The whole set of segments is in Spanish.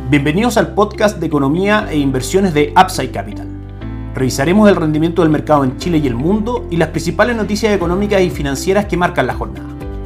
Bienvenidos al podcast de economía e inversiones de Upside Capital. Revisaremos el rendimiento del mercado en Chile y el mundo y las principales noticias económicas y financieras que marcan la jornada.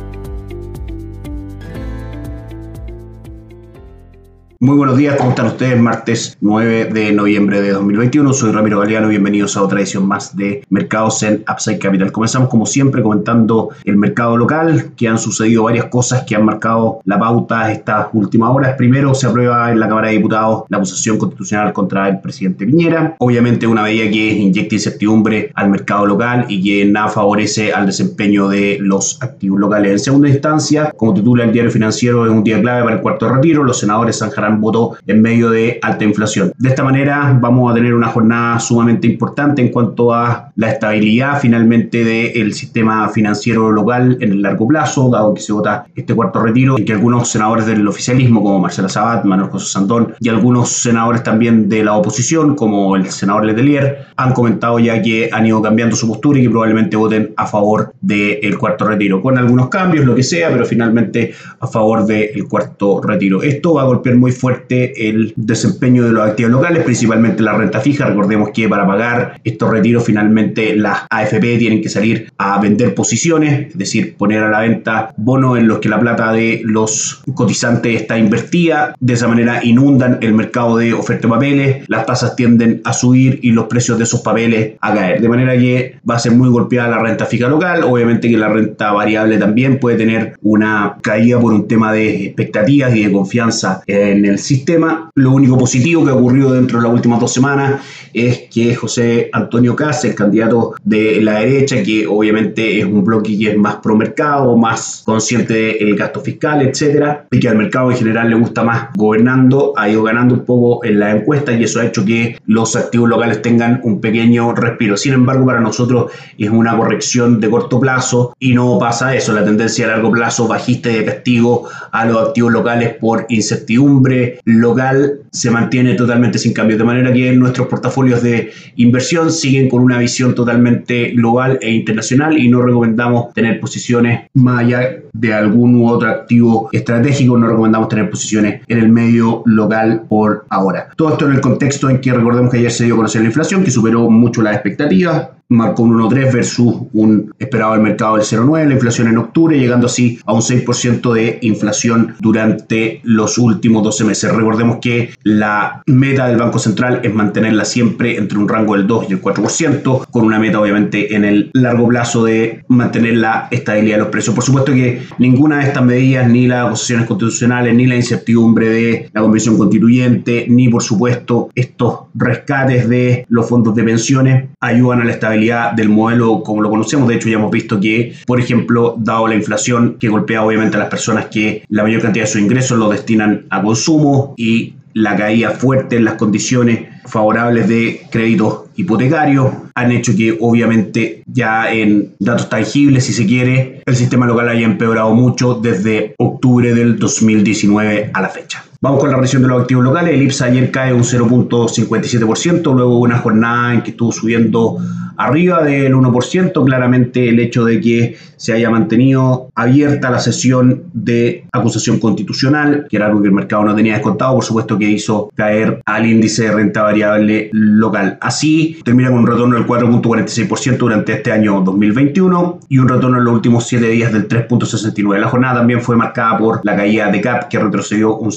Muy buenos días, ¿cómo están ustedes? Martes 9 de noviembre de 2021, soy Ramiro Galeano, bienvenidos a otra edición más de Mercados en Upside Capital. Comenzamos como siempre comentando el mercado local, que han sucedido varias cosas que han marcado la pauta estas últimas horas. Primero, se aprueba en la Cámara de Diputados la acusación constitucional contra el presidente Piñera. Obviamente una medida que inyecta incertidumbre al mercado local y que nada favorece al desempeño de los activos locales. En segunda instancia, como titula el Diario Financiero, es un día clave para el cuarto retiro. Los senadores zanjarán voto en medio de alta inflación. De esta manera vamos a tener una jornada sumamente importante en cuanto a la estabilidad finalmente del sistema financiero local en el largo plazo, dado que se vota este cuarto retiro, en que algunos senadores del oficialismo como Marcela Sabat, Manuel José Sandón y algunos senadores también de la oposición como el senador Letelier han comentado ya que han ido cambiando su postura y que probablemente voten a favor del cuarto retiro, con algunos cambios, lo que sea, pero finalmente a favor del cuarto retiro. Esto va a golpear muy fuerte el desempeño de los activos locales, principalmente la renta fija. Recordemos que para pagar estos retiros finalmente las AFP tienen que salir a vender posiciones, es decir, poner a la venta bonos en los que la plata de los cotizantes está invertida. De esa manera inundan el mercado de oferta de papeles, las tasas tienden a subir y los precios de esos papeles a caer, de manera que va a ser muy golpeada la renta fija local. Obviamente que la renta variable también puede tener una caída por un tema de expectativas y de confianza en el sistema. Lo único positivo que ha ocurrido dentro de las últimas 2 semanas es que José Antonio Kast, el candidato de la derecha, que obviamente es un bloque que es más pro mercado, más consciente del gasto fiscal, etcétera, y que al mercado en general le gusta más gobernando, ha ido ganando un poco en las encuestas y eso ha hecho que los activos locales tengan un pequeño respiro. Sin embargo, para nosotros es una corrección de corto plazo y no pasa eso. La tendencia a largo plazo bajista y de castigo a los activos locales por incertidumbre local se mantiene totalmente sin cambio, de manera que nuestros portafolios de inversión siguen con una visión totalmente global e internacional y no recomendamos tener posiciones más allá de algún u otro activo estratégico. No recomendamos tener posiciones en el medio local por ahora. Todo esto en el contexto en que recordemos que ayer se dio a conocer la inflación, que superó mucho las expectativas, marcó un 1,3 versus un esperado del mercado del 0,9, la inflación en octubre, llegando así a un 6% de inflación durante los últimos 12 meses. Recordemos que la meta del Banco Central es mantenerla siempre entre un rango del 2 y el 4%, con una meta obviamente en el largo plazo de mantener la estabilidad de los precios. Por supuesto que ninguna de estas medidas, ni las acusaciones constitucionales, ni la incertidumbre de la Convención Constituyente, ni por supuesto estos rescates de los fondos de pensiones ayudan a la estabilidad del modelo como lo conocemos. De hecho, ya hemos visto que, por ejemplo, dado la inflación que golpea obviamente a las personas que la mayor cantidad de sus ingresos lo destinan a consumo y la caída fuerte en las condiciones favorables de créditos hipotecarios han hecho que obviamente ya en datos tangibles, si se quiere, el sistema local haya empeorado mucho desde octubre del 2019 a la fecha. Vamos con la revisión de los activos locales. El IPSA ayer cae un 0.57%, luego de una jornada en que estuvo subiendo arriba del 1%. Claramente el hecho de que se haya mantenido abierta la sesión de acusación constitucional, que era algo que el mercado no tenía descontado, por supuesto que hizo caer al índice de renta variable local. Así termina con un retorno del 4.46% durante este año 2021 y un retorno en los últimos 7 días del 3.69%. La jornada también fue marcada por la caída de CAP, que retrocedió un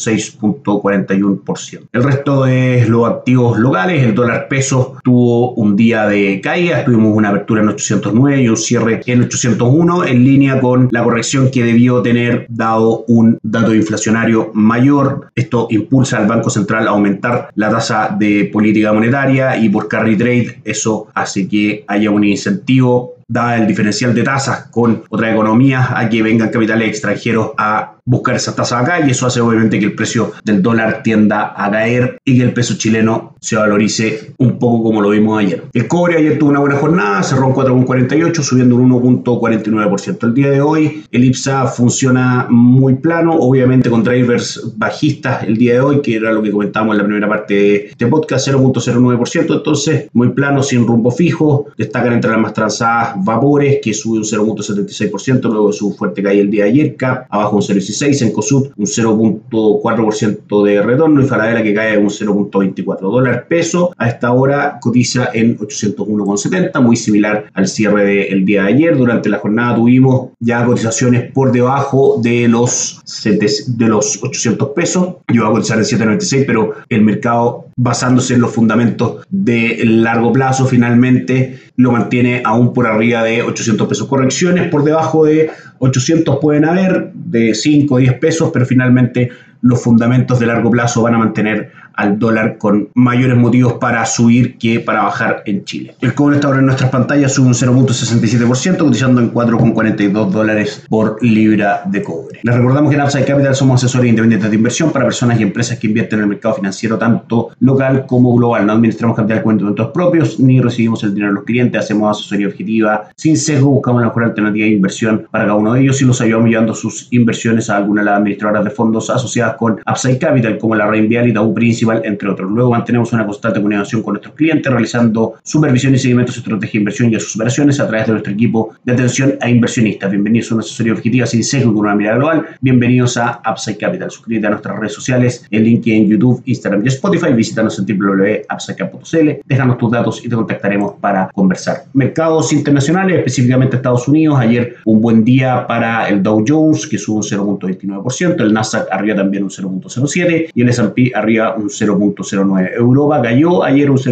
6.41%. El resto de los activos locales, el dólar peso tuvo un día de caída, tuvimos una apertura en 809 y un cierre en 801, en línea con la corrección que debió tener dado un dato inflacionario mayor. Esto impulsa al Banco Central a aumentar la tasa de política monetaria y por carry trade eso hace que haya un incentivo, dada el diferencial de tasas con otras economías, a que vengan capitales extranjeros a buscar esas tasas acá, y eso hace obviamente que el precio del dólar tienda a caer y que el peso chileno se valorice un poco como lo vimos ayer. El cobre ayer tuvo una buena jornada, cerró en 4.48, subiendo un 1.49%. El día de hoy el IPSA funciona muy plano, obviamente con drivers bajistas el día de hoy, que era lo que comentábamos en la primera parte de este podcast, 0.09%, entonces muy plano, sin rumbo fijo. Destacan entre las más transadas Vapores, que sube un 0.76% luego de su fuerte caída el día de ayer, CAP abajo un 0.17%, 1.16, Cencosud un 0.4% de retorno y Falabella que cae un 0.24. Dólar peso a esta hora cotiza en 801,70, muy similar al cierre del día de ayer. Durante la jornada tuvimos ya cotizaciones por debajo de los 800 pesos, llegó a cotizar en 7.96, pero el mercado, basándose en los fundamentos de largo plazo, finalmente lo mantiene aún por arriba de 800 pesos. Correcciones por debajo de 800 pueden haber, de 5 o 10 pesos, pero finalmente los fundamentos de largo plazo van a mantener al dólar con mayores motivos para subir que para bajar en Chile. El cobre está ahora en nuestras pantallas, sube un 0.67%, cotizando en $4.42 por libra de cobre. Les recordamos que en Upside Capital somos asesores independientes de inversión para personas y empresas que invierten en el mercado financiero tanto local como global. No administramos capital con instrumentos propios ni recibimos el dinero de los clientes, hacemos asesoría objetiva sin sesgo, buscamos la mejor alternativa de inversión para cada uno de ellos y los ayudamos llevando sus inversiones a alguna de las administradoras de fondos asociadas con Upside Capital, como la Reinvial y Itaú Principal, entre otros. Luego mantenemos una constante comunicación con nuestros clientes, realizando supervisión y seguimiento de su estrategia de inversión y de sus operaciones a través de nuestro equipo de atención a inversionistas. Bienvenidos a una asesoría objetiva sin sesgo con una mirada global. Bienvenidos a Upside Capital. Suscríbete a nuestras redes sociales, en LinkedIn, YouTube, Instagram y Spotify. Visítanos en www.upsidecap.cl. Déjanos tus datos y te contactaremos para conversar. Mercados internacionales, específicamente Estados Unidos. Ayer un buen día para el Dow Jones, que sube un 0.29%, el Nasdaq arriba también un 0.07% y el S&P arriba un 0.09%. Europa cayó ayer un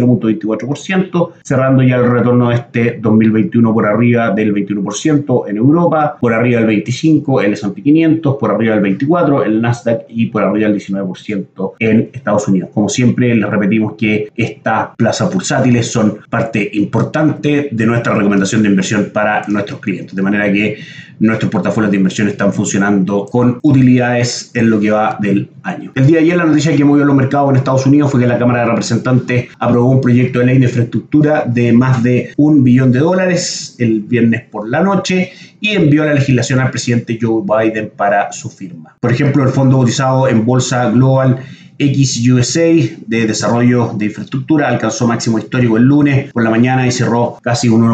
0.24%, cerrando ya el retorno de este 2021 por arriba del 21% en Europa, por arriba del 25% el S&P 500, por arriba del 24% el Nasdaq y por arriba del 19% en Estados Unidos. Como siempre les repetimos que estas plazas bursátiles son parte importante de nuestra recomendación de inversión para nuestros clientes, de manera que nuestros portafolios de inversión están funcionando con utilidades en lo que va del año. El día de ayer la noticia que movió los mercados en Estados Unidos fue que la Cámara de Representantes aprobó un proyecto de ley de infraestructura de más de $1 billón el viernes por la noche y envió la legislación al presidente Joe Biden para su firma. Por ejemplo, el fondo cotizado en Bolsa Global XUSA de desarrollo de infraestructura alcanzó máximo histórico el lunes por la mañana y cerró casi un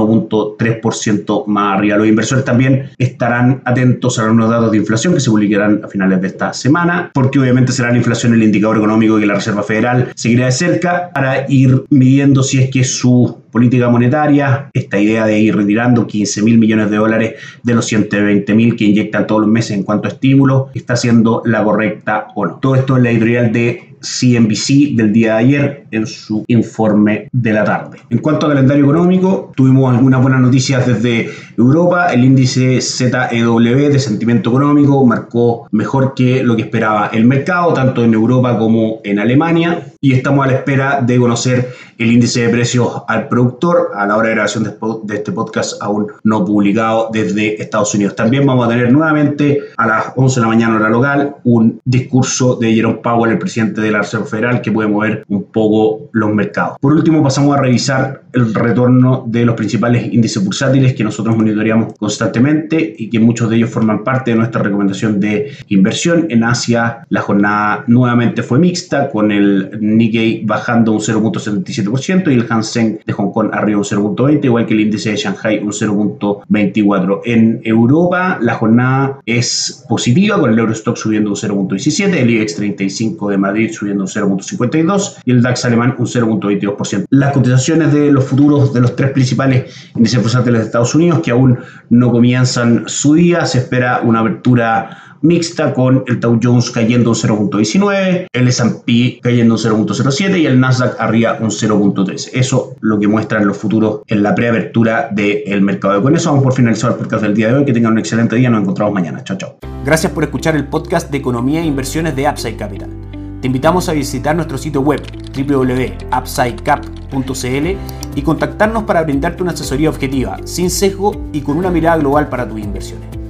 1.3% más arriba. Los inversores también estarán atentos a los nuevos datos de inflación que se publicarán a finales de esta semana, porque obviamente será la inflación el indicador económico que la Reserva Federal seguirá de cerca para ir midiendo si es que su política monetaria, esta idea de ir retirando $15.000 millones de los $120.000 que inyectan todos los meses en cuanto a estímulos, está siendo la correcta o no. Todo esto es la editorial de CNBC del día de ayer en su informe de la tarde. En cuanto a calendario económico, tuvimos algunas buenas noticias desde Europa. El índice ZEW de sentimiento económico marcó mejor que lo que esperaba el mercado, tanto en Europa como en Alemania, y estamos a la espera de conocer el índice de precios al productor a la hora de grabación de este podcast aún no publicado desde Estados Unidos. También vamos a tener nuevamente a las 11 de la mañana hora local un discurso de Jerome Powell, el presidente de la Reserva Federal, que puede mover un poco los mercados. Por último, pasamos a revisar el retorno de los principales índices bursátiles que nosotros monitoreamos constantemente y que muchos de ellos forman parte de nuestra recomendación de inversión. En Asia, la jornada nuevamente fue mixta, con el Nikkei bajando un 0.77% y el Hang Seng de Hong Kong arriba un 0.20%, igual que el índice de Shanghai un 0.24%. En Europa, la jornada es positiva, con el Eurostock subiendo un 0.17%, el IBEX 35 de Madrid subiendo un 0.52% y el DAX alemán un 0.22%. Las cotizaciones de los futuros de los tres principales índices bursátiles de Estados Unidos, que aún no comienzan su día, se espera una apertura mixta, con el Dow Jones cayendo un 0.19%, el S&P cayendo un 0.07% y el Nasdaq arriba un 0.13%. Eso lo que muestran los futuros en la preapertura del mercado. Con eso vamos por finalizar el podcast del día de hoy. Que tengan un excelente día. Nos encontramos mañana. Chao, chao. Gracias por escuchar el podcast de Economía e Inversiones de Upside Capital. Te invitamos a visitar nuestro sitio web www.upsidecap.cl y contactarnos para brindarte una asesoría objetiva, sin sesgo y con una mirada global para tus inversiones.